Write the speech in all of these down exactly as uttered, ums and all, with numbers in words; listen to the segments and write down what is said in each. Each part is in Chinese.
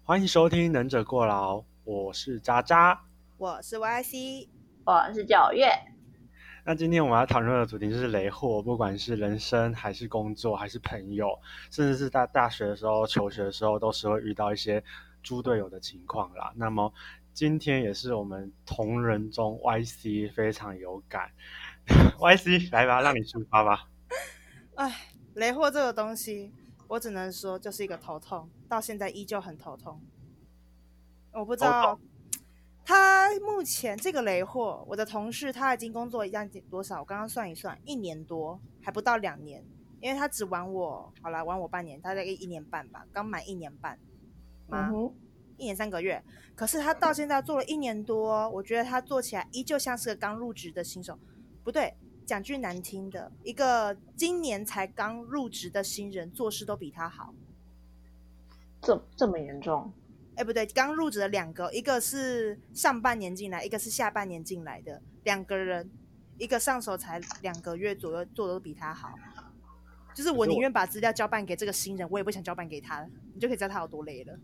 欢迎收听能者过劳，我是渣渣， 我是 Y C， 我是九月。 那今天我们要讨论的主题就是雷货，不管是人生还是工作还是朋友，甚至是在大学的时候、求学的时候，都是会遇到一些猪队友的情况啦。那么今天也是我们同仁中 Y C 非常有感，Y C 来吧，让你出发吧。 哎，雷货这个东西，我只能说就是一个头痛，到现在依旧很头痛。我不知道他目前这个雷货，我的同事他已经工作一样多少？我刚刚算一算，一年多，还不到两年，因为他只玩我，好啦，玩我半年，他大概一年半吧，刚满一年半吗？ 嗯一年三个月。可是他到现在做了一年多，我觉得他做起来依旧像是个刚入职的新手。不对，讲句难听的，一个今年才刚入职的新人做事都比他好。 这这么严重？ 哎，不对，刚入职的两个，一个是上半年进来，一个是下半年进来的两个人，一个上手才两个月左右，做的都比他好。就是我宁愿把资料交办给这个新人，我也不想交办给他，你就可以知道他有多累了。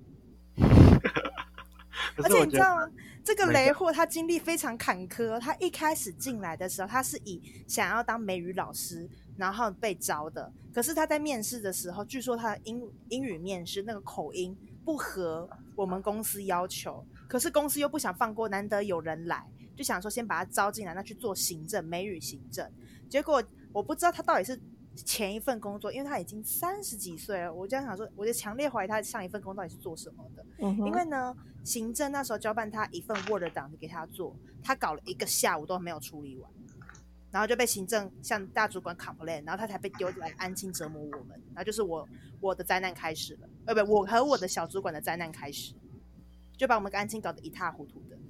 而且你知道吗？这个雷货他经历非常坎坷。他一开始进来的时候，他是以想要当美语老师，然后被招的。可是他在面试的时候，据说他的英英语面试那个口音不合我们公司要求，可是公司又不想放过难得有人来，就想说先把他招进来，那去做行政，美语行政。结果我不知道他到底是前一份工作，因为他已经三十几岁了，我这样想说，我就强烈怀疑他上一份工作到底是做什么的。 嗯、 因为呢，行政那时候交办他一份 Word 档给他做，他搞了一个下午都没有处理完，然后就被行政向大主管 complain， 然后他才被丢来安亲折磨我们，然后就是我我的灾难开始了，呃不，我和我的小主管的灾难开始，就把我们安亲搞得一塌糊涂的。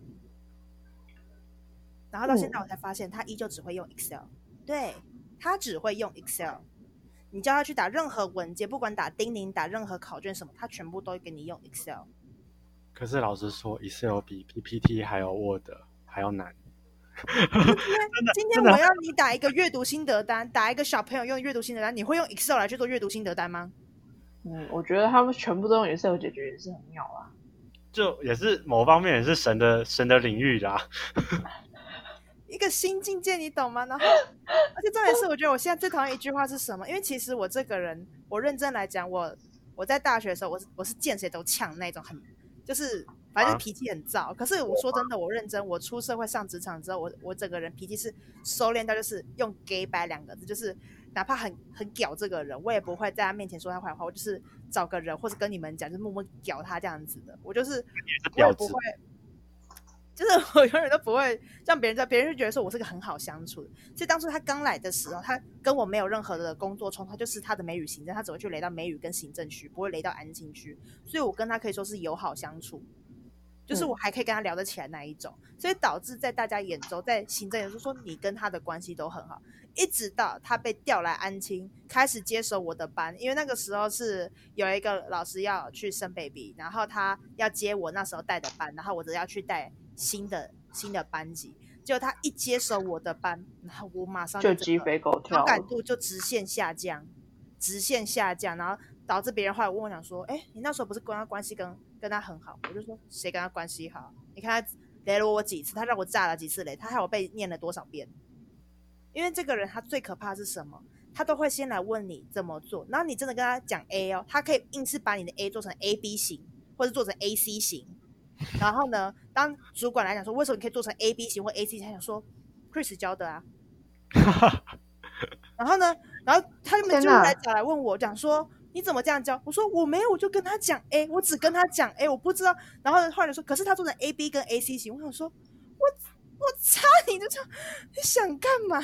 然后到现在我才发现，他依旧只会用 Excel， 对。他只会用 Excel， 你叫他去打任何文件，不管打叮咛打任何考卷什么，他全部都给你用 Excel。 可是老实说 Excel 比 P P T 还有 Word 还要难。 今天今天我要你打一个阅读心得单，打一个小朋友用阅读心得单，你会用 Excel 来去做阅读心得单吗？ 嗯，我觉得他们全部都用 Excel 解决也是很妙啦， 就也是某方面也是神的神的领域啦。 一个新境界，你懂吗？然后，而且重点是，我觉得我现在最讨厌一句话是什么？因为其实我这个人，我认真来讲，我我在大学的时候，我是我是见谁都呛那种，很就是反正脾气很躁。啊、可是我说真的，我认真，我出社会上职场之后，我我整个人脾气是收敛到，就是用 gay 白两个字，就是哪怕很很屌这个人，我也不会在他面前说他坏话，我就是找个人或者跟你们讲，就是默默屌他这样子的，我就是我也不会。就是我永远都不会让别人在，别人就觉得说我是个很好相处的。所以当初他刚来的时候，他跟我没有任何的工作冲突，他就是他的美语行政，他只会去雷到美语跟行政区，不会雷到安亲区。所以我跟他可以说是友好相处，就是我还可以跟他聊得起来那一种。所以导致在大家眼中，在行政眼中说你跟他的关系都很好，一直到他被调来安亲，开始接手我的班。因为那个时候是有一个老师要去生 baby， 然后他要接我那时候带的班，然后我则要去带新的新的班级，结果他一接手我的班，然后我马上就鸡飞狗跳， 好感度就直线下降，直线下降，然后导致别人后来问我讲说，哎，你那时候不是跟他关系跟跟他很好？我就说谁跟他关系好？你看他雷了我几次，他让我炸了几次雷，他还有被念了多少遍？因为这个人他最可怕的是什么？他都会先来问你怎么做，然后你真的跟他讲 A 哦，他可以硬是把你的 A 做成 A B 型，或者做成 A C 型。然后呢，当主管来讲说为什么你可以做成 A B 型或 A C 型，他想说 Chris 教的啊。然后呢，然后他们就来找来问我讲说你怎么这样教？我说我没有，我就跟他讲 A， 我只跟他讲 A， 我不知道。然后后来说可是他做成 A B 跟 A C 型，我想说我我擦你就这样，你想干嘛？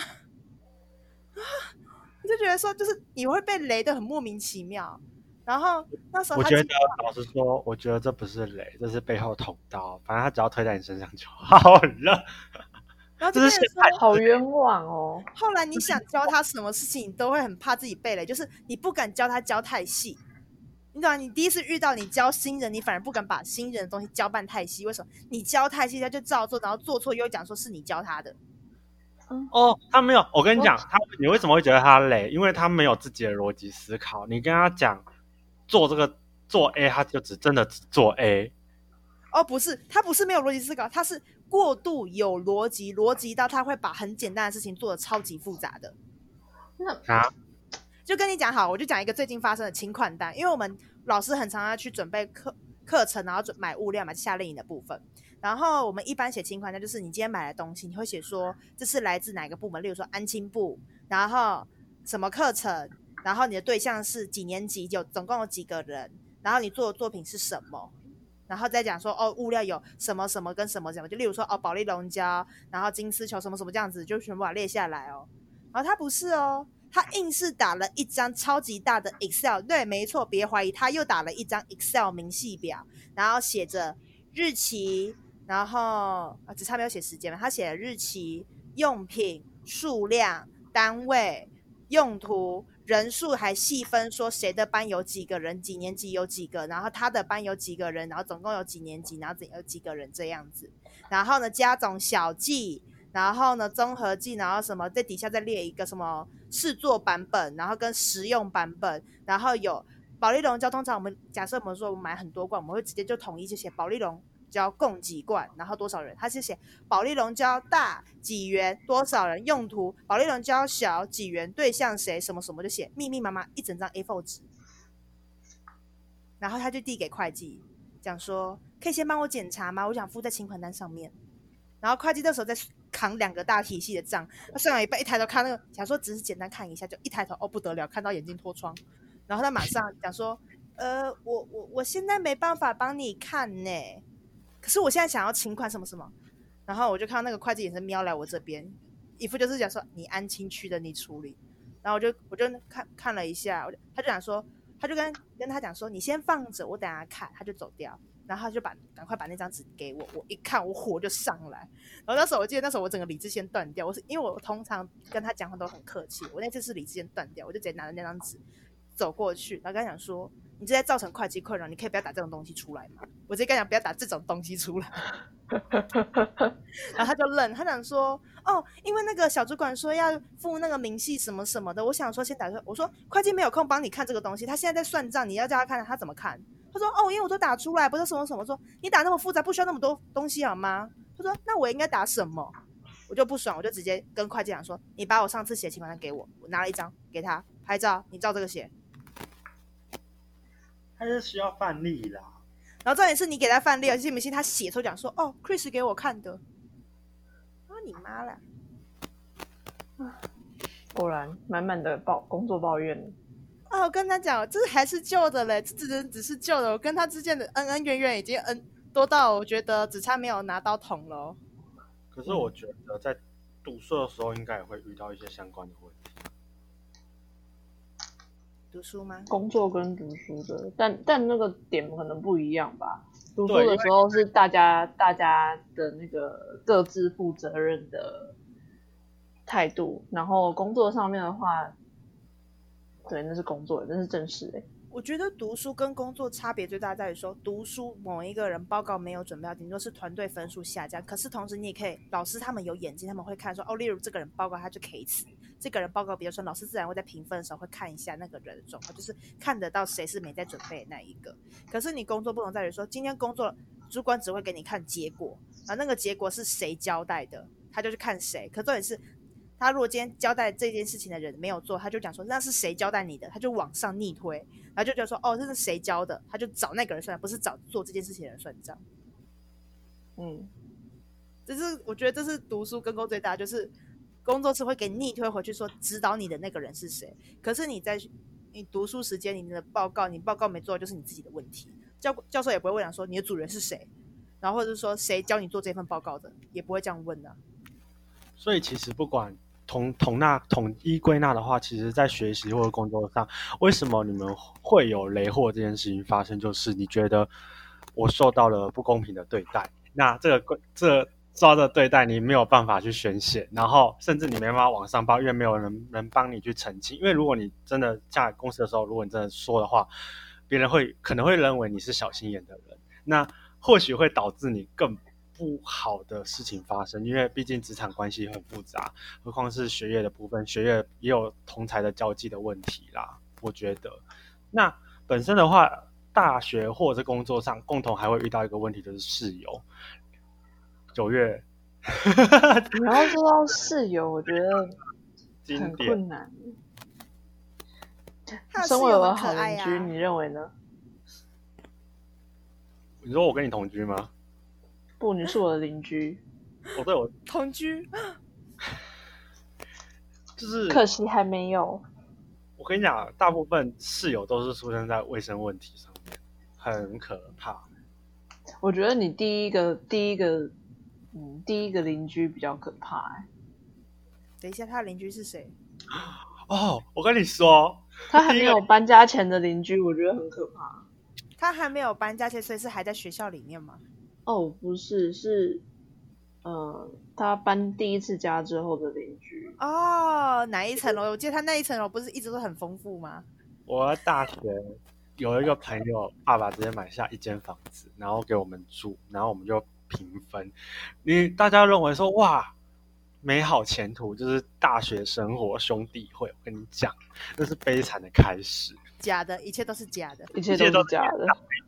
你就觉得说就是你会被雷得很莫名其妙。然后那时候他我觉得老实说，我觉得这不是雷，这是背后捅刀。反正他只要推在你身上就好了。 然后就变成说好冤枉哦。 后来你想教他什么事情，你都会很怕自己被雷，就是你不敢教他教太细。你懂吗？你第一次遇到你教新人，你反而不敢把新人的东西教办太细。为什么？你教太细，他就照做，然后做错又讲说是你教他的。 哦，他没有。我跟你讲，他你为什么会觉得他累？因为他没有自己的逻辑思考。你跟他讲做这个做 A 他就只真的只做 A。 哦，不是，他不是没有逻辑思考，他是过度有逻辑，逻辑到他会把很简单的事情做得超级复杂的。 那啊， 就跟你讲好，我就讲一个最近发生的请款单，因为我们老师很常要去准备课课程，然后准买物料、买夏令营的部分。然后我们一般写请款单，就是你今天买的东西，你会写说这是来自哪个部门，例如说安亲部，然后什么课程，然后你的对象是几年级，有总共有几个人，然后你做的作品是什么。然后再讲说哦，物料有什么什么跟什么什么，就例如说哦，保利龙胶，然后金丝球什么什么这样子，就全部把它列下来哦。然后他不是哦，他硬是打了一张超级大的 Excel， 对，没错，别怀疑，他又打了一张 Excel 明细表，然后写着日期，然后啊，只差没有写时间了，他写了日期、用品、数量、单位、用途。人数还细分说谁的班有几个人，几年级有几个，然后他的班有几个人，然后总共有几年级，然后有几个人这样子。然后呢，加总小记，然后呢综合记，然后什么在底下再列一个什么试作版本，然后跟实用版本，然后有保利龙胶。通常我们假设我们说我们买很多罐，我们会直接就统一就写保利龙胶共几罐，然后多少人，他是写保利龙胶大几元，多少人，用途保利龙胶小几元，对象谁，什么什么，就写密密麻麻一整张 A 四 纸。然后他就递给会计，讲说可以先帮我检查吗？我想附在请款单上面。然后会计那时候在扛两个大体系的账，他算完一半，一抬头看那个，想说只是简单看一下，就一抬头，哦不得了，看到眼睛脱窗。然后他马上讲说，呃，我我我现在没办法帮你看呢，可是我现在想要请款什么什么。然后我就看到那个会计眼神瞄来我这边，一副就是讲说你安亲区的你处理。然后我就我就看看了一下，他就讲说，他就跟跟他讲说，你先放着，我等下看。他就走掉，然后他就把赶快把那张纸给我。我一看，我火就上来。然后那时候我记得那时候我整个理智线断掉，我是因为我通常跟他讲话都很客气，我那次是理智线断掉，我就直接拿着那张纸走过去，然后跟他讲说，你这在造成会计困扰，你可以不要打这种东西出来吗？我直接跟他讲不要打这种东西出来。然后他就愣，他讲说哦，因为那个小主管说要付那个明细什么什么的，我想说先打。我说会计没有空帮你看这个东西，他现在在算账，你要叫他看他怎么看。他说哦，因为我都打出来，不是什么什么。我说你打那么复杂，不需要那么多东西好吗？他说那我应该打什么？我就不爽，我就直接跟会计讲说，你把我上次写请款单给我，我拿了一张给他拍照，你照这个写。 他是需要范例啦。 然后重点是你给他范例，信不信他写出讲说哦 Chris 给我看的。啊你妈啦！ 果然满满的抱工作抱怨。 哦，我跟他讲，这还是旧的嘞，这只只是旧的。我跟他之间的恩恩怨怨已经恩多到我觉得只差没有拿刀捅了、哦。 可是我觉得在读书的时候应该也会遇到一些相关的问题。 读书吗？ 工作跟读书的，但但那个点可能不一样吧。读书的时候是大家大家的那个各自负责任的态度，然后工作上面的话，对，那是工作，那是正式的。 我觉得读书跟工作差别最大在于说，读书某一个人报告没有准备好，顶多是团队分数下降。可是同时你也可以，老师他们有眼睛，他们会看说，哦，例如这个人报告他就 K 词，这个人报告比较顺，老师自然会在评分的时候会看一下那个人的状况，就是看得到谁是没在准备的那一个。可是你工作不同在于说，今天工作主管只会给你看结果，然后那个结果是谁交代的，他就去看谁。可重点是，他如果今天交代这件事情的人没有做，他就讲说那是谁交代你的，他就往上逆推，然后就觉得说哦这是谁教的，他就找那个人算账，不是找做这件事情的人算账。 嗯， 这是我觉得这是读书跟工作最大，就是工作是会给你逆推回去说指导你的那个人是谁，可是你在你读书时间你的报告你报告没做就是你自己的问题，教教授也不会问说你的主人是谁，然后或者是说谁教你做这份报告的，也不会这样问啊。 所以其实不管统统纳统一归纳的话，其实在学习或者工作上，为什么你们会有雷货这件事情发生？就是你觉得我受到了不公平的对待，那这个这受到的对待你没有办法去宣泄，然后甚至你没办法往上报，因为没有人能帮你去澄清。因为如果你真的下公司的时候，如果你真的说的话，别人会可能会认为你是小心眼的人，那或许会导致你更不好的事情发生，因为毕竟职场关系很复杂，何况是学业的部分，学业也有同才的交际的问题啦。我觉得，那本身的话， 大学或者是工作上共同还会遇到一个问题，就是室友。九月， 你要说到室友，我觉得很困难。身为我的好邻居，你认为呢？ 你说我跟你同居吗？ 不，你是我的邻居。 我对我同居， 就是可惜还没有。 我跟你讲，大部分室友都是出生在卫生问题上面，很可怕。 我觉得你第一个第一个嗯第一个邻居比较可怕哎、欸。 等一下，他的邻居是谁？ 哦，我跟你说， 他还没有搬家前的邻居，我觉得很可怕。 他还没有搬家前，所以是还在学校里面吗？ 哦，不是，是呃，他搬第一次家之后的邻居。 哦，哪一层楼？我记得他那一层楼不是一直都很丰富吗？ 我大学有一个朋友，爸爸直接买下一间房子，然后给我们住，然后我们就平分。你大家认为说哇，美好前途就是大学生活兄弟会，我跟你讲，那是悲惨的开始。 假的，一切都是假的， 一切都是假的。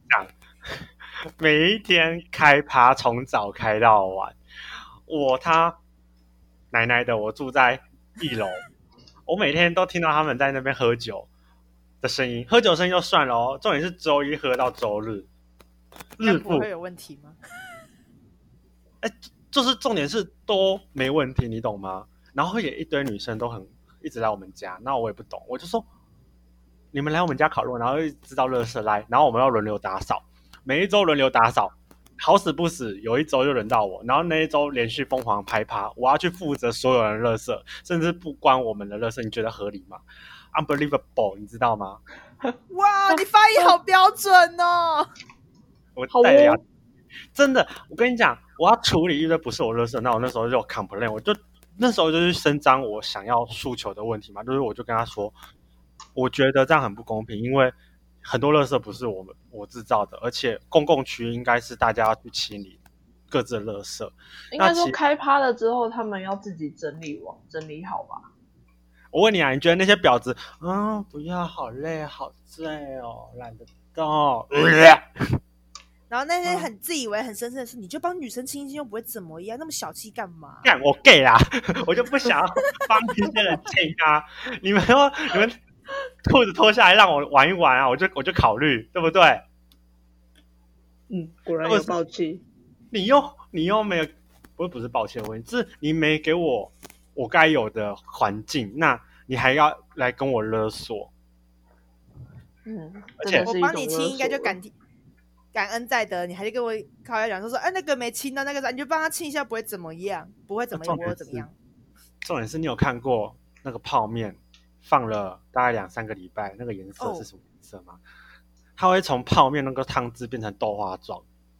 每一天开趴，从早开到晚。我他奶奶的，我住在一楼，我每天都听到他们在那边喝酒的声音。喝酒声音就算了哦，重点是周一喝到周日，日不会有问题吗？ 哎，就是重点是都没问题，你懂吗？然后也一堆女生都很一直来我们家，那我也不懂，我就说你们来我们家烤肉，然后知道垃圾来，然后我们要轮流打扫，每一周轮流打扫，好死不死有一周就轮到我，然后那一周连续疯狂拍趴，我要去负责所有人的垃圾，甚至不关我们的垃圾，你觉得合理吗？ Unbelievable， 你知道吗？ 哇，你发音好标准哦！ 我带着牙，真的，我跟你讲，我要处理一堆不是我垃圾，那我那时候就 complain， 我就那时候就是伸张我想要诉求的问题嘛，就是我就跟他说，我觉得这样很不公平，因为很多垃圾不是我们我制造的，而且公共区应该是大家要去清理各自的垃圾。 应该说开趴了之后，他们要自己整理完整理好吧？ 我问你啊，你觉得那些婊子，嗯，不要，好累，好醉哦，懒得动。 然后那些很自以为很绅士的是，你就帮女生亲亲又不会怎么样，那么小气干嘛？ 干我 gay 啦，我就不想要帮这些人亲啊！你们说你们裤子脱下来让我玩一玩啊，我就我就考虑，对不对？ 嗯，果然有暴气。 你又你又没有，不是不是抱歉的问题，是你没给我我该有的环境，那你还要来跟我勒索。 嗯， 而且我帮你亲应该就感感恩在德，你还是跟我靠要讲说说，哎、啊，那个没亲到那个，你就帮他亲一下，不会怎么样，不会怎么样，不会怎么样。 重点是你有看过那个泡面放了大概两三个礼拜，那个颜色是什么颜色吗？ Oh. 它会从泡面那个汤汁变成豆花状。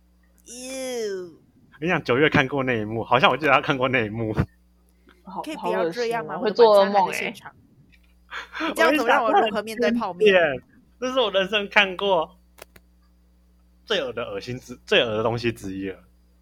Ew. 你想九月看过那一幕，好像我记得他看过那一幕。 可以不要这样吗？ 会做噩梦哎！你这样怎么让我如何面对泡面？ 这是我人生看过最恶的恶心之最恶的东西之一了。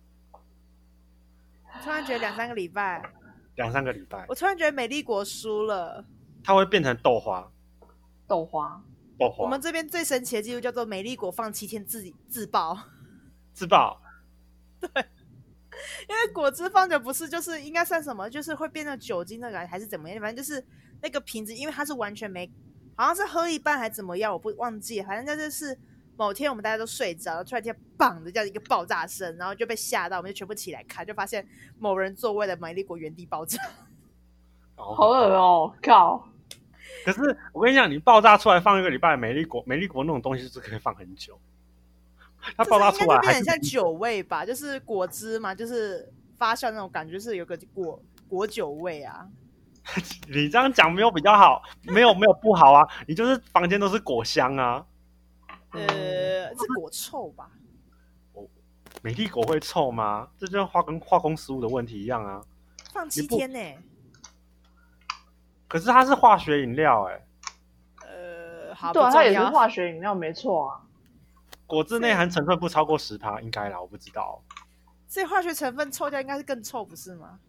突然觉得两三个礼拜， 两三个礼拜， 我突然觉得美丽国输了。 它会变成豆花， 豆花， 豆花。 我们这边最神奇的记录叫做美丽国放七天自自爆， 自爆。 对，因为果汁放久不是就是应该算什么？就是会变成酒精的感觉，还是怎么样？反正就是那个瓶子，因为它是完全没，好像是喝一半还怎么样，我不忘记了，反正就是某天我们大家都睡着了，突然间砰的这样一个爆炸声，然后就被吓到，我们就全部起来看，就发现某人座位的美丽果原地爆炸， 好恶哦！靠！ 可是我跟你讲，你爆炸出来放一个礼拜，美丽果美丽果那种东西是可以放很久。它爆炸出来应该就变成像酒味吧，就是果汁嘛，就是发酵那种感觉，就是有个果果酒味啊。 你这样讲没有比较好，没有没有不好啊，你就是房间都是果香啊。 呃，是果臭吧？ 美丽果会臭吗？这就跟化工化工食物的问题一样啊。 放七天呢、欸？ 可是它是化学饮料哎、 欸。呃，好， 对啊，它也是化学饮料，没错啊。 果汁内含成分不超过十趴，应该啦，我不知道。 所以化学成分臭掉应该是更臭，不是吗？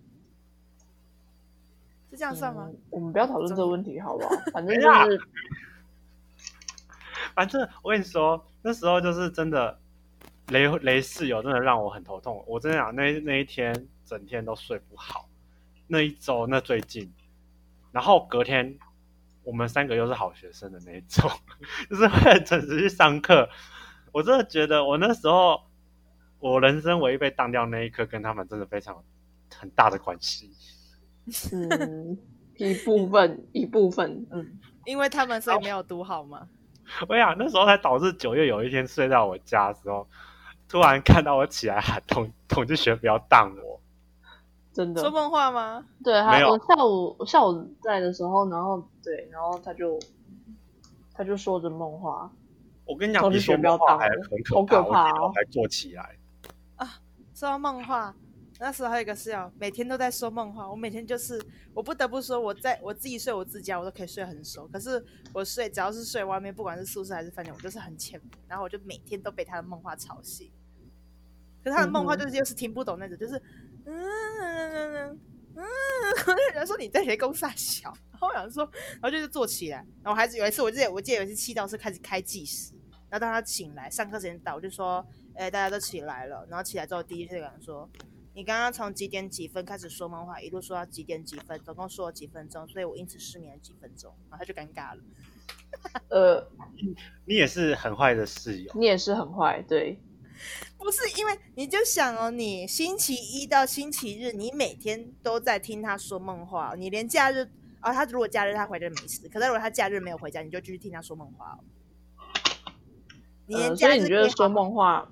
是这样算吗？ 嗯、我们不要讨论这个问题，好不好？反正就是反正我跟你说，那时候就是真的雷雷室友真的让我很头痛。我真的讲那那一天整天都睡不好，那一周那最近，然后隔天我们三个又是好学生的那一种，就是会很准时去上课。我真的觉得我那时候我人生唯一被当掉那一刻，跟他们真的非常很大的关系。 嗯，一部分一部分，嗯， 因为他们所以没有读好吗？ 我想那时候才导致九月有一天睡到我家的时候，突然看到我起来喊统统计学不要当我， 真的说梦话吗？ 对，他没有我下午我下午在的时候，然后对，然后他就他就说着梦话。 我跟你讲， 统计比说学不要当梦话还很可怕， 好可怕哦我还做起来。 说到梦话，那时候还有一个室友每天都在说梦话，我每天就是我不得不说，我在我自己睡我自家，我都可以睡很熟。可是我睡只要是睡外面，不管是宿舍还是饭店，我就是很浅眠，然后我就每天都被他的梦话吵醒。可是他的梦话就是又是听不懂那种，就是嗯嗯嗯嗯嗯，我就觉得说你在雷公撒小，然后我想说，然后就是坐起来，然后我还是有一次我记得我记得有一次气到是开始开计时，然后当他醒来上课时间到，我就说，哎、欸，大家都起来了，然后起来之后第一次讲说。你刚刚从几点几分开始说梦话，一路说到几点几分，总共说了几分钟，所以我因此失眠了几分钟，然后他就尴尬了。 呃， 你也是很坏的室友， 你也是很坏，对。 不是因为你就想哦，你星期一到星期日，你每天都在听他说梦话，你连假日啊、哦，他如果假日他回家没事，可是如果他假日没有回家，你就继续听他说梦话哦。你连呃， 假日所以你觉得说梦话？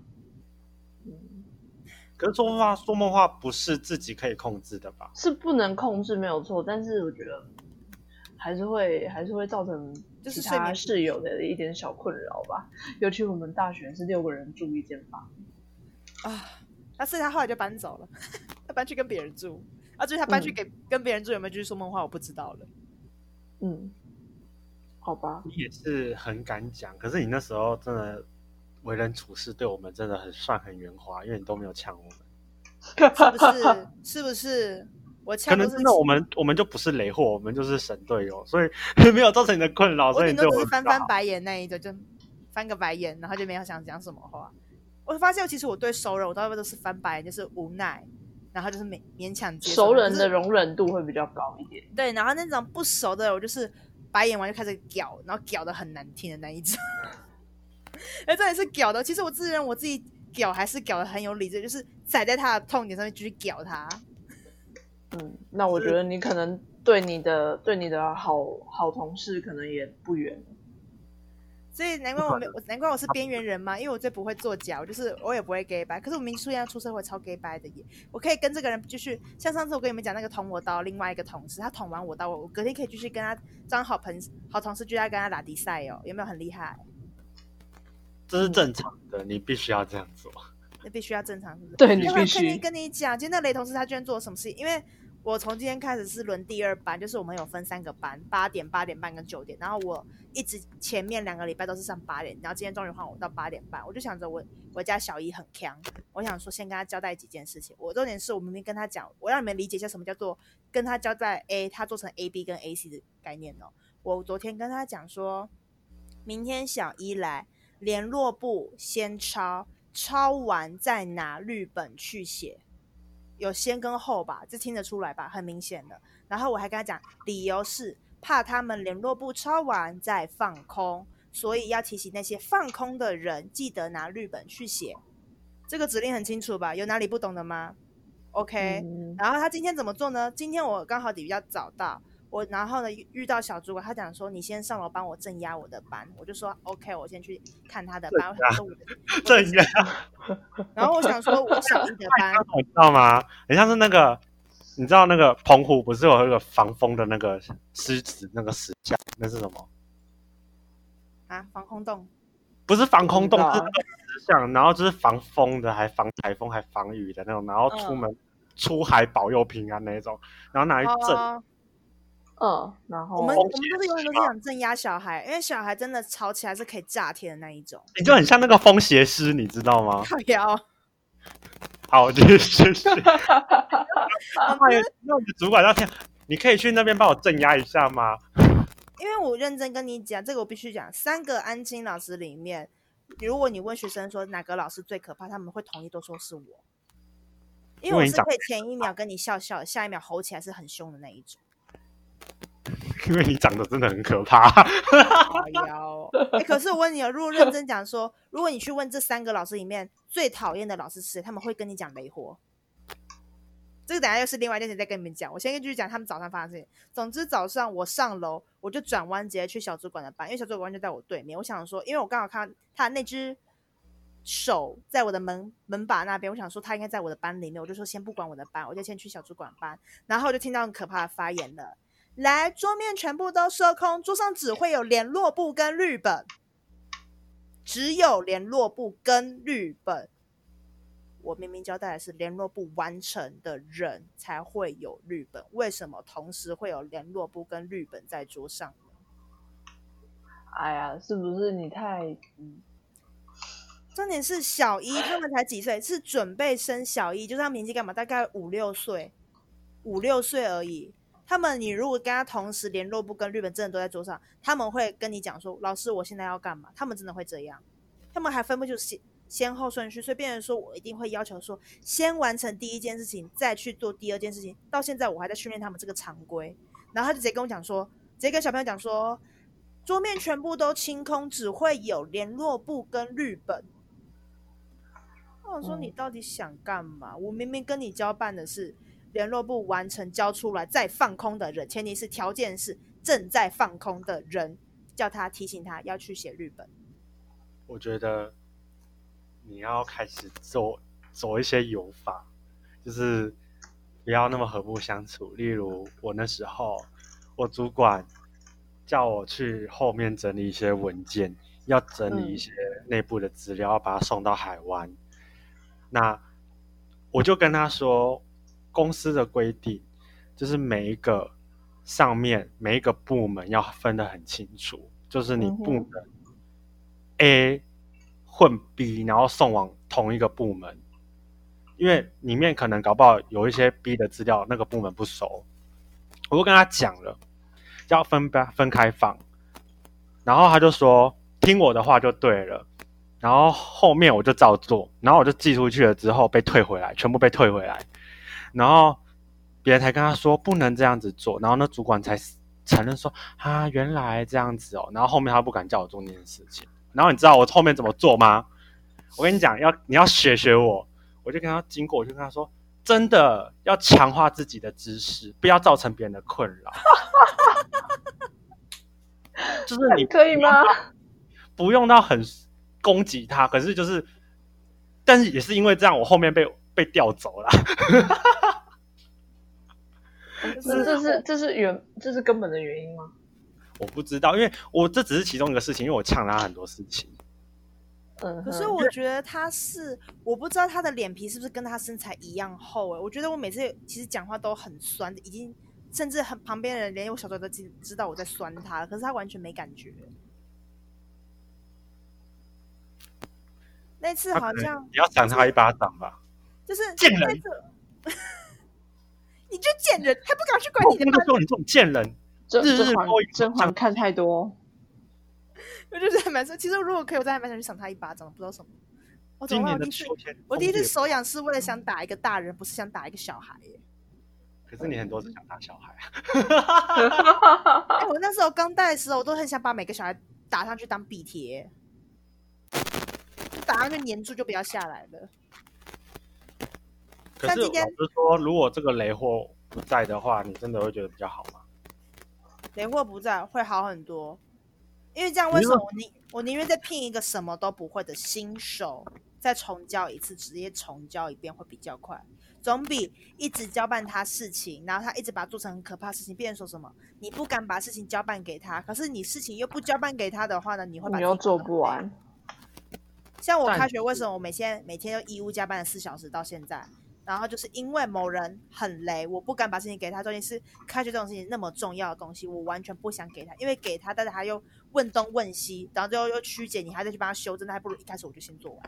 可是说梦话，说梦话不是自己可以控制的吧？ 是不能控制，没有错，但是我觉得还是会还是会造成其他室友的一点小困扰吧。尤其我们大学是六个人住一间房啊，但是他后来就搬走了，他搬去跟别人住。啊，至于他搬去给、嗯、跟别人住有没有继续说梦话，我不知道了。 嗯，好吧。 你也是很敢讲，可是你那时候真的。为人处事对我们真的很算很圆滑，因为你都没有呛我们， 是不是？是不是？我呛可能真的我们我们就不是雷货，我们就是神队友，所以没有造成你的困扰。所以你对我顶多只是翻翻白眼那一种，就翻个白眼，然后就没有想讲什么话。我发现其实我对熟人，我大部分都是翻白眼，就是无奈，然后就是勉勉强接受。 熟人的容忍度会比较高一点。 对，然后那种不熟的，我就是白眼完就开始屌，然后屌的很难听的那一种。哎，这也是屌的。其实我自认我自己屌还是屌的很有理智，就是踩在他的痛点上面继续屌他。 嗯，那我觉得你可能对你的对你的好好同事可能也不远。 所以难怪我没，难怪我是边缘人嘛，因为我最不会作假，我就是我也不会 gay 掰。可是我明出现出社会超 gay 掰的耶，我可以跟这个人继续，像上次我跟你们讲那个捅我刀，另外一个同事他捅完我刀，我隔天可以继续跟他当好朋好同事，就要跟他打比赛哦，有没有很厉害？ 这是正常的，你必须要这样做。 你必须要正常，是不是？ 对，你必须。 跟你跟你讲，今天那雷同事他居然做了什么事情？因为我从今天开始是轮第二班，就是我们有分三个班，八点、八点半跟九点。然后我一直前面两个礼拜都是上八点，然后今天终于换我到八点半。我就想着我我家小姨很强，我想说先跟他交代几件事情。我重点是我明明跟他讲，我让你们理解一下什么叫做跟他交代 A， 他做成 A、B 跟 A、C 的概念哦。我昨天跟他讲说，明天小一来。联络簿先抄，抄完再拿绿本去写，有先跟后吧，这听得出来吧，很明显的。然后我还跟他讲，理由是怕他们联络簿抄完再放空，所以要提醒那些放空的人记得拿绿本去写。这个指令很清楚吧？有哪里不懂的吗 ？OK、嗯。然后他今天怎么做呢？今天我刚好比较早到。我然后呢遇到小主管，他讲说你先上楼帮我镇压我的班，我就说 OK， 我先去看他的班。我想说我镇压， 然后我想说我小一的班， 你知道吗？很像是那个，你知道那个澎湖不是有那个防风的那个狮子那个石像，那是什么？ 啊，防空洞？ 不是防空洞，是那个石像，然后就是防风的，还防台风，还防雨的那种，然后出门、嗯、出海保佑平安那种，然后拿来镇。 哦嗯，然后我们我们都是永远都是想镇压小孩，因为小孩真的吵起来是可以炸天的那一种。 你就很像那个风邪师，你知道吗？ 靠腰。 好，继续。那我的主管要听，你可以去那边帮我镇压一下吗？ 因为我认真跟你讲，这个我必须讲，三个安亲老师里面，如果你问学生说哪个老师最可怕，他们会统一都说是我，因为我是可以前一秒跟你笑笑，下一秒吼起来是很凶的那一种。 因为你长得真的很可怕。 好妖、欸，可是我问你，如果认真讲说，如果你去问这三个老师里面最讨厌的老师是谁，他们会跟你讲雷火。这个等一下又是另外一件事再跟你们讲。我先继续讲他们早上发生的事情。总之早上我上楼，我就转弯直接去小主管的班，因为小主管就在我对面。我想说，因为我刚好看到他那只手在我的门门把那边，我想说他应该在我的班里面，我就说先不管我的班，我就先去小主管班。然后我就听到很可怕的发言了。来，桌面全部都收空，桌上只会有联络簿跟绿本，只有联络簿跟绿本。我明明交代的是联络簿完成的人才会有绿本，为什么同时会有联络簿跟绿本在桌上呢？ 哎呀，是不是你太……嗯， 重点是小一，他们才几岁，是准备升小一，就是他们年纪干嘛？大概五六岁，五六岁而已。他们，你如果跟他同时联络簿跟绿本真的都在桌上，他们会跟你讲说：“老师，我现在要干嘛？”他们真的会这样，他们还分不出先先后顺序，所以变成说我一定会要求说，先完成第一件事情，再去做第二件事情。到现在我还在训练他们这个常规，然后他就直接跟我讲说，直接跟小朋友讲说，桌面全部都清空，只会有联络簿跟绿本。我说你到底想干嘛？我明明跟你交办的是联络簿完成交出来再放空的人，前提是条件是正在放空的人，叫他提醒他要去写绿本。 我觉得你要开始走走一些有法，就是不要那么和睦相处。例如我那时候，我主管叫我去后面整理一些文件，要整理一些内部的资料，要把它送到海湾。那我就跟他说，公司的规定就是每一个上面每一个部门要分得很清楚，就是你部门 A 混 B， 然后送往同一个部门，因为里面可能搞不好有一些 B 的资料那个部门不熟，我就跟他讲了要分分开放，然后他就说听我的话就对了。然后后面我就照做，然后我就寄出去了之后被退回来，全部被退回来。然后别人才跟他说不能这样子做，然后那主管才承认说啊，原来这样子哦。然后后面他不敢叫我做那件事情。然后你知道我后面怎么做吗？我跟你讲，要你要学学我，我就跟他经过，我就跟他说，真的要强化自己的知识，不要造成别人的困扰。就是你可以吗？ 不用到很攻击他，可是就是，但是也是因为这样，我后面被被调走了。 这这是这是原这是根本的原因吗？ 我不知道，因为我这只是其中一个事情，因为我呛他很多事情。 嗯， 可是我觉得他是，我不知道他的脸皮是不是跟他身材一样厚哎、欸。我觉得我每次其实讲话都很酸，已经甚至很旁边的人连我小时候都知道我在酸他了，可是他完全没感觉。那次好像你要赏他一巴掌吧， 就是贱人， 你就贱人，还不赶快去管你的班？ 我就说你这种贱人，日日甄甄嬛看太多。 我就在蛮说，其实如果可以，我在蛮想去赏他一巴掌，不知道什么。我今年的秋天， 我第一次手痒是为了想打一个大人，不是想打一个小孩耶。 可是你很多是想打小孩啊！哎，我那时候刚带的时候，我都很想把每个小孩打上去当壁贴。打上去黏住就不要下来了。 可是老实说，如果这个雷货不在的话，你真的会觉得比较好吗？ 雷货不在会好很多，因为这样为什么我宁我宁愿再聘一个什么都不会的新手，再重教一次，直接重教一遍会比较快，总比一直交办他事情，然后他一直把它做成很可怕的事情，变成说什么你不敢把事情交办给他，可是你事情又不交办给他的话呢，你会把你又做不完。 像我开学为什么我每天每天都义务加班了四小时到现在，然后就是因为某人很雷，我不敢把事情给他，重点是开学这种事情那么重要的东西，我完全不想给他，因为给他，但是他又问东问西，然后最后又曲解，你还得去帮他修正，那还不如一开始我就先做完。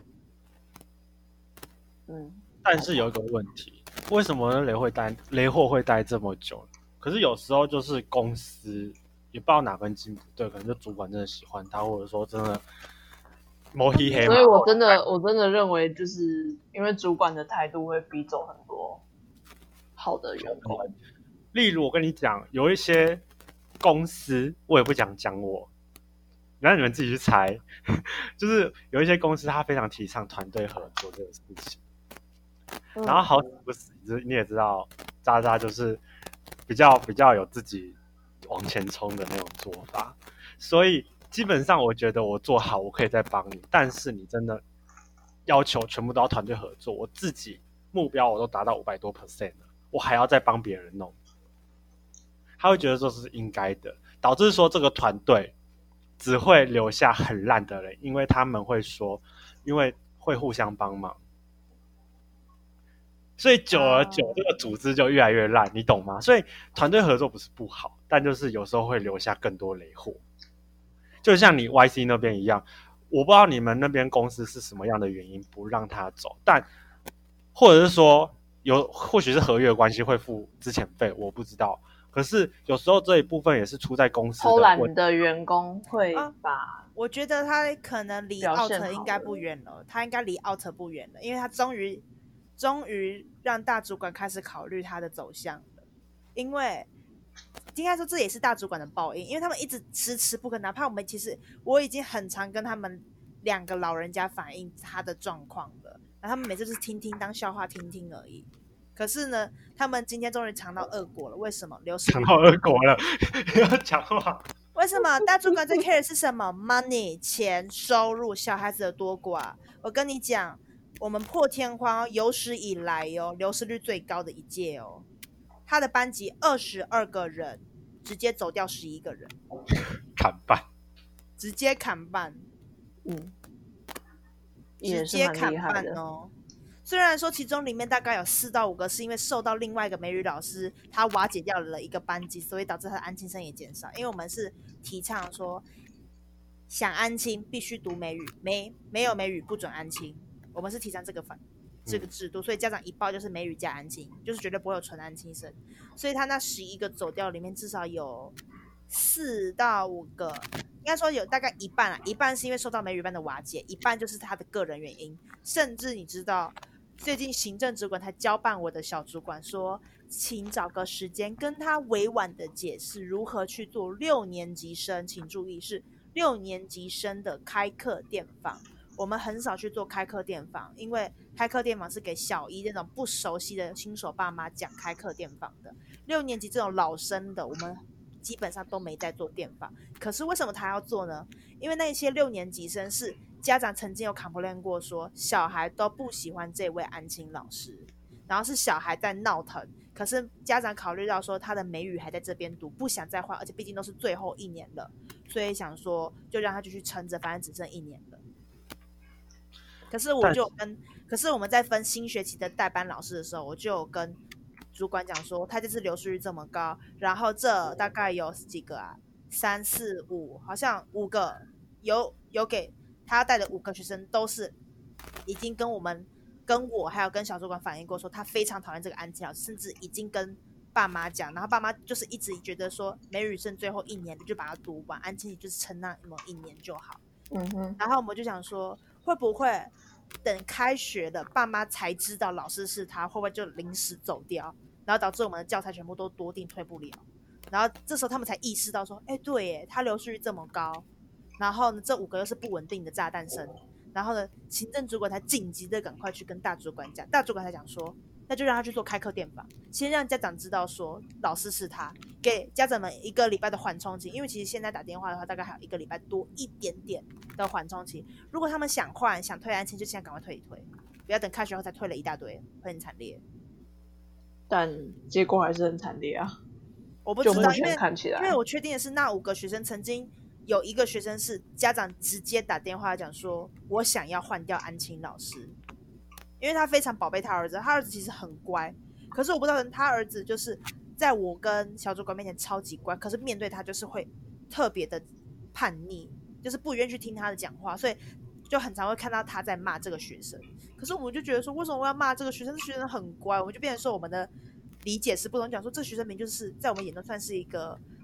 嗯， 但是有一个问题，为什么雷会待雷货会待这么久？可是有时候就是公司也不知道哪根筋不对，可能就主管真的喜欢他，或者说真的摸黑黑。 所以我真的我真的认为，就是因为主管的态度会逼走很多好的员工。 例如我跟你讲，有一些公司，我也不讲讲我，然后你们自己去猜，就是有一些公司他非常提倡团队合作这个事情。然后好死不死，你也知道，渣渣就是比较比较有自己往前冲的那种做法，所以基本上我觉得我做好，我可以再帮你，但是你真的要求全部都要团队合作，我自己目标我都达到五百多 percent 了，我还要再帮别人弄，他会觉得说是应该的，导致说这个团队只会留下很烂的人，因为他们会说，因为会互相帮忙。所以久而久，这个组织就越来越烂，你懂吗？所以团队合作不是不好，但就是有时候会留下更多雷货。就像你 Y C 那边一样，我不知道你们那边公司是什么样的原因不让他走，但或者是说有或许是合约关系会付资遣费，我不知道。可是有时候这一部分也是出在公司的偷懒的员工会把、 啊，我觉得他可能离 out 应该不远了，他应该离 out 不远了，因为他终于。终于让大主管开始考虑他的走向了，因为应该说这也是大主管的报应，因为他们一直迟迟不肯，哪怕我们其实我已经很常跟他们两个老人家反映他的状况了，然后他们每次就是听听当笑话听听而已。可是呢，他们今天终于尝到恶果了。为什么？流失尝到恶果了，要讲话。 为什么大主管最 care 的是什么 ？money 钱收入，小孩子的多寡。我跟你讲。我们破天荒有史以来哦，流失率最高的一届哦，他的班级二十二个人，直接走掉十一个人， 砍半， 直接砍半， 嗯， 直接砍半哦。虽然说其中里面大概有四到五个是因为受到另外一个美语老师他瓦解掉了一个班级，所以导致他的安亲生也减少。因为我们是提倡说，想安亲必须读美语，没没有美语不准安亲。我们是提倡这个反这个制度，所以家长一报就是美语加安亲，就是绝对不会有纯安亲生。所以他那十一个走掉里面，至少有四到五个，应该说有大概一半啊，一半是因为受到美语班的瓦解，一半就是他的个人原因。甚至你知道，最近行政主管才交办我的小主管说，请找个时间跟他委婉的解释如何去做六年级生，请注意是六年级生的开课电访。我们很少去做开课电访，因为开课电访是给小一那种不熟悉的新手爸妈讲开课电访的。六年级这种老生的，我们基本上都没在做电访。可是为什么他要做呢？因为那些六年级生是家长曾经有 complain 过说，小孩都不喜欢这位安亲老师，然后是小孩在闹腾，可是家长考虑到说他的美语还在这边读，不想再换，而且毕竟都是最后一年了，所以想说就让他继续撑着，反正只剩一年了。可是我就跟，可是我们在分新学期的代班老师的时候，我就有跟主管讲说，他这次流失率这么高，然后这大概有几个啊，三四五，好像五个有有给他带的五个学生都是已经跟我们、跟我还有跟小主管反映过，说他非常讨厌这个安亲老师，甚至已经跟爸妈讲，然后爸妈就是一直觉得说，美语剩最后一年就把它读完，安亲就是撑那么一年就好。 嗯哼， 然后我们就想说，会不会等开学了，爸妈才知道老师是他，会不会就临时走掉，然后导致我们的教材全部都多订退不了？然后这时候他们才意识到说，哎，对耶，他流失率这么高，然后呢，这五个又是不稳定的炸弹生，然后呢，行政主管才紧急的赶快去跟大主管讲，大主管才讲说，那就让他去做开课电访，先让家长知道说老师是他，给家长们一个礼拜的缓冲期，因为其实现在打电话的话，大概还有一个礼拜多一点点的缓冲期。如果他们想换、想退安亲，就现在赶快退一退，不要等开学后才退了一大堆，会很惨烈。 但结果还是很惨烈啊！ 我不知道，因为看起来， 因为我确定的是，那五个学生曾经有一个学生是家长直接打电话讲说，我想要换掉安亲老师。因为他非常宝贝他儿子，他儿子其实很乖，可是我不知道他儿子就是在我跟小主管面前超级乖，可是面对他就是会特别的叛逆，就是不愿意去听他的讲话，所以就很常会看到他在骂这个学生。可是我们就觉得说，为什么我要骂这个学生？这学生很乖，我们就变成说我们的理解是不同，讲说这学生明就是在我们眼中算是一个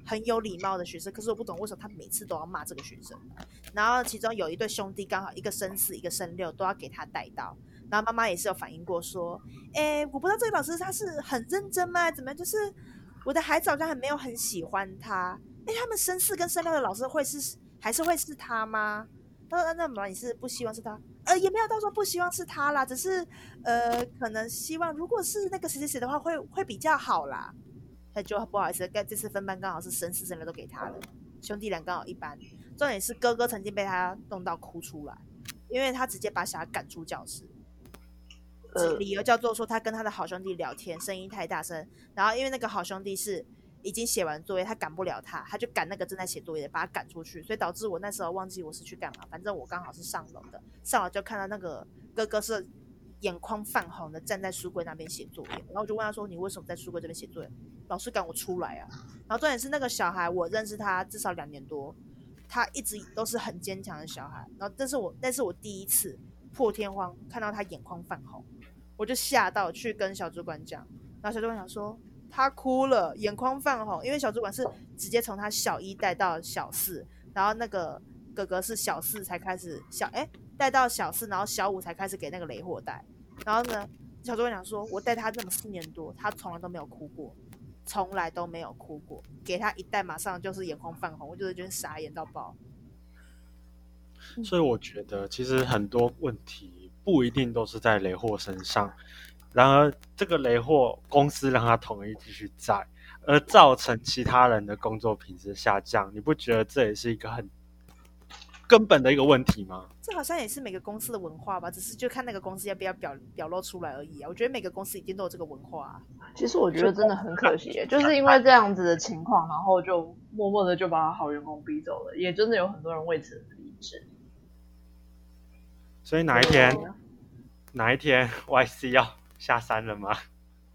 很有礼貌的学生，可是我不懂为什么他每次都要骂这个学生。然后其中有一对兄弟，刚好一个升四，一个升六，都要给他带到。然后妈妈也是有反映过说，哎，我不知道这个老师他是很认真吗？怎么样？就是我的孩子好像还没有很喜欢他。哎，他们升四跟升六的老师会是还是会是他吗？他说那妈妈你是不希望是他？呃，也没有到时候不希望是他啦，只是呃可能希望如果是那个谁谁谁的话会会比较好啦。他就不好意思，这次分班刚好是升四升六都给他了，兄弟俩刚好一班。重点是哥哥曾经被他弄到哭出来，因为他直接把小孩赶出教室。呃、理由叫做说他跟他的好兄弟聊天声音太大声，然后因为那个好兄弟是已经写完作业，他赶不了他，他就赶那个正在写作业的把他赶出去，所以导致我那时候忘记我是去干嘛，反正我刚好是上楼的，上楼就看到那个哥哥是眼眶泛红的站在书柜那边写作业，然后我就问他说你为什么在书柜这边写作业？老师赶我出来啊。然后重点是那个小孩我认识他至少两年多，他一直都是很坚强的小孩，然后这是我那是我第一次破天荒看到他眼眶泛红，我就吓到去跟小主管讲，然后小主管讲说他哭了，眼眶泛红，因为小主管是直接从他小一带到小四，然后那个哥哥是小四才开始小哎带到小四，然后小五才开始给那个雷货带，然后呢小主管讲说我带他这么四年多，他从来都没有哭过，从来都没有哭过，给他一带马上就是眼眶泛红，我就是觉得傻眼到爆。 所以我觉得其实很多问题不一定都是在雷货身上，然而这个雷货公司让他同意继续在，而造成其他人的工作品质下降，你不觉得这也是一个很根本的一个问题吗？ 这好像也是每个公司的文化吧，只是就看那个公司要不要 表, 表露出来而已啊。我觉得每个公司一定都有这个文化啊。 其实我觉得真的很可惜，就是因为这样子的情况，然后就默默的就把好员工逼走了，也真的有很多人为此离职。 所以哪一天哪一天 Y C 要下山了吗？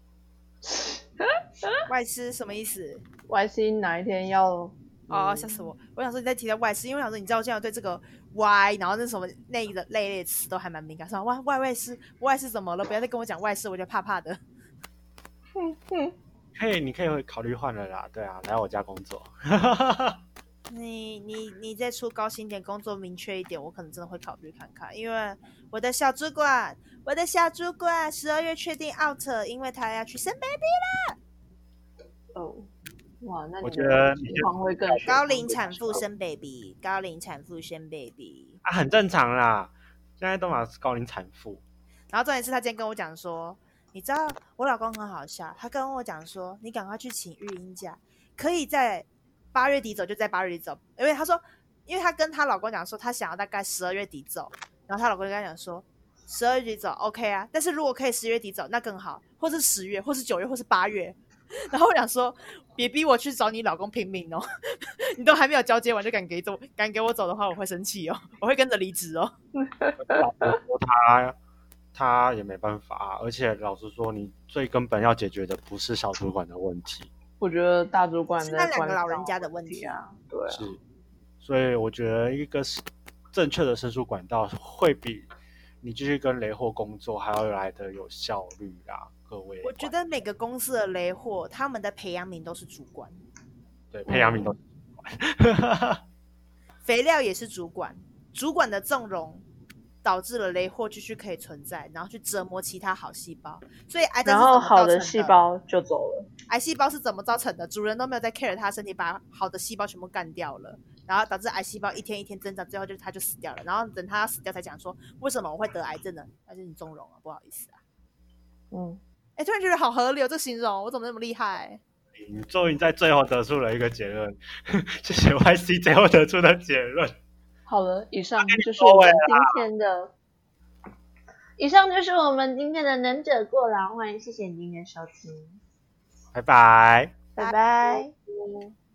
外师什么意思 ？Y C 哪一天要？ 哦，吓死我！我想说你在提到外师，因为我想说你知道我现在对这个 Y， 然后那什么类的类类词都还蛮敏感，说外外外师外师怎么了？不要再跟我讲外师，我就怕怕的。 嗯嗯， 可以，你可以考虑换了啦。对啊，来我家工作。 你你你再出高薪点，工作明确一点，我可能真的会考虑看看。因为我的小主管，我的小主管十二月确定 out， 因为他要去生 baby 了。 哦，哇，那你我觉得情况会更高龄产妇生 baby， 高龄产妇生 baby 啊，很正常啦。现在都嘛是高龄产妇。 然后重点是他今天跟我讲说，你知道我老公很好笑，他跟我讲说，你赶快去请育婴假，可以在八月底走就在八月底走，因为他说，因为他跟她老公讲说，他想要大概十二月底走，然后她老公就跟他讲说，十二月底走 OK 啊，但是如果可以十月底走那更好，或是十月，或是九月，或是八月。然后我想说，别逼我去找你老公拼命哦！你都还没有交接完就敢给走，敢给我走的话，我会生气哦，我会跟着离职哦。 他他也没办法、啊，而且老实说，你最根本要解决的不是小主管的问题， 我觉得大主管是那两个老人家的问题啊，对啊， 是，所以我觉得一个正确的申诉管道会比你继续跟雷货工作还要来的有效率啦。各位， 我觉得每个公司的雷货，他们的培养皿都是主管， 对，培养皿都是主管， 肥料也是主管，主管的纵容导致了雷货继续可以存在，然后去折磨其他好细胞，所以癌症是怎么造成的？ 然后好的细胞就走了。 癌细胞是怎么造成的？主人都没有在 care 他身体，把好的细胞全部干掉了，然后导致癌细胞一天一天增长，最后就他就死掉了。然后等他死掉才讲说，为什么我会得癌症呢？那是你纵容啊，不好意思啊。 嗯， 哎，突然觉得好合理哦，这形容我怎么那么厉害？ 你终于在最后得出了一个结论，谢谢 Y C 最后得出的结论。 好了，以上就是我们今天的，以上就是我们今天的能者过劳，欢迎谢谢您的收听， 拜拜， 拜拜。